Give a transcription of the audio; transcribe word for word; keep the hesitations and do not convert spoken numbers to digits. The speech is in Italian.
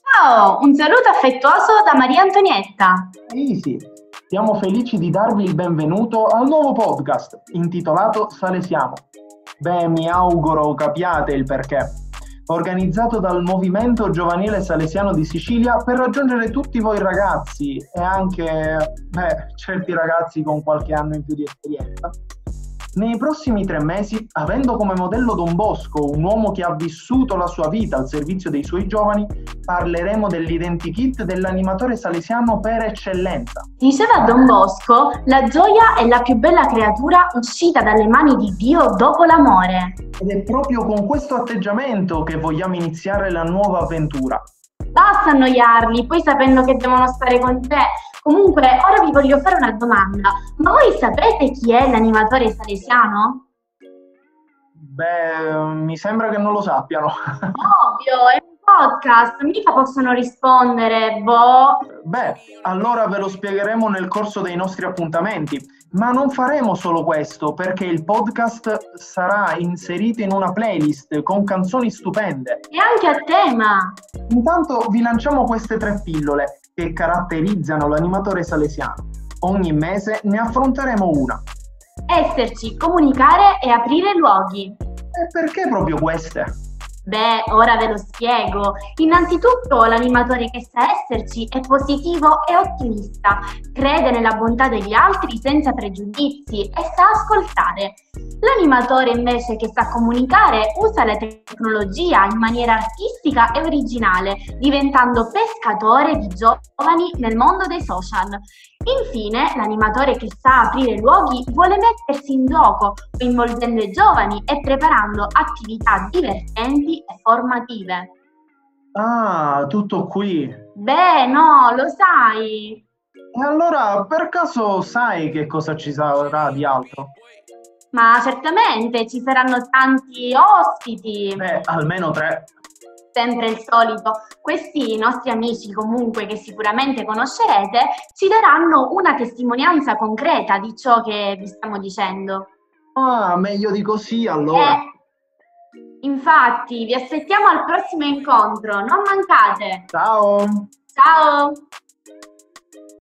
Ciao, un saluto affettuoso da Maria Antonietta. Easy, siamo felici di darvi il benvenuto al nuovo podcast intitolato Salesiano. Beh, mi auguro capiate il perché. Organizzato dal Movimento Giovanile Salesiano di Sicilia per raggiungere tutti voi ragazzi e anche, beh, certi ragazzi con qualche anno in più di esperienza. Nei prossimi tre mesi, avendo come modello Don Bosco, un uomo che ha vissuto la sua vita al servizio dei suoi giovani, parleremo dell'identikit dell'animatore salesiano per eccellenza. Diceva Don Bosco, la gioia è la più bella creatura uscita dalle mani di Dio dopo l'amore. Ed è proprio con questo atteggiamento che vogliamo iniziare la nuova avventura. Basta annoiarli, poi sapendo che devono stare con te. Comunque, ora vi voglio fare una domanda. Ma voi sapete chi è l'animatore salesiano? Beh, mi sembra che non lo sappiano. Ovvio, è un podcast, mica possono rispondere, boh. Beh, allora ve lo spiegheremo nel corso dei nostri appuntamenti. Ma non faremo solo questo, perché il podcast sarà inserito in una playlist con canzoni stupende. E anche a tema. Intanto vi lanciamo queste tre pillole che caratterizzano l'animatore salesiano. Ogni mese ne affronteremo una. Esserci, comunicare e aprire luoghi. E perché proprio queste? Beh, ora ve lo spiego. Innanzitutto, l'animatore che sa esserci è positivo e ottimista, crede nella bontà degli altri senza pregiudizi e sa ascoltare. L'animatore invece che sa comunicare usa la tecnologia in maniera artistica e originale, diventando pescatore di giovani nel mondo dei social. Infine, l'animatore che sa aprire luoghi vuole mettersi in gioco, coinvolgendo i giovani e preparando attività divertenti e formative. Ah, tutto qui. Beh, no, lo sai. E allora, per caso sai che cosa ci sarà di altro? Ma certamente ci saranno tanti ospiti. Beh, almeno tre. Sempre il solito. Questi nostri amici, comunque, che sicuramente conoscerete, ci daranno una testimonianza concreta di ciò che vi stiamo dicendo. Ah, meglio di così allora. Eh, infatti, vi aspettiamo al prossimo incontro, non mancate. Ciao! Ciao!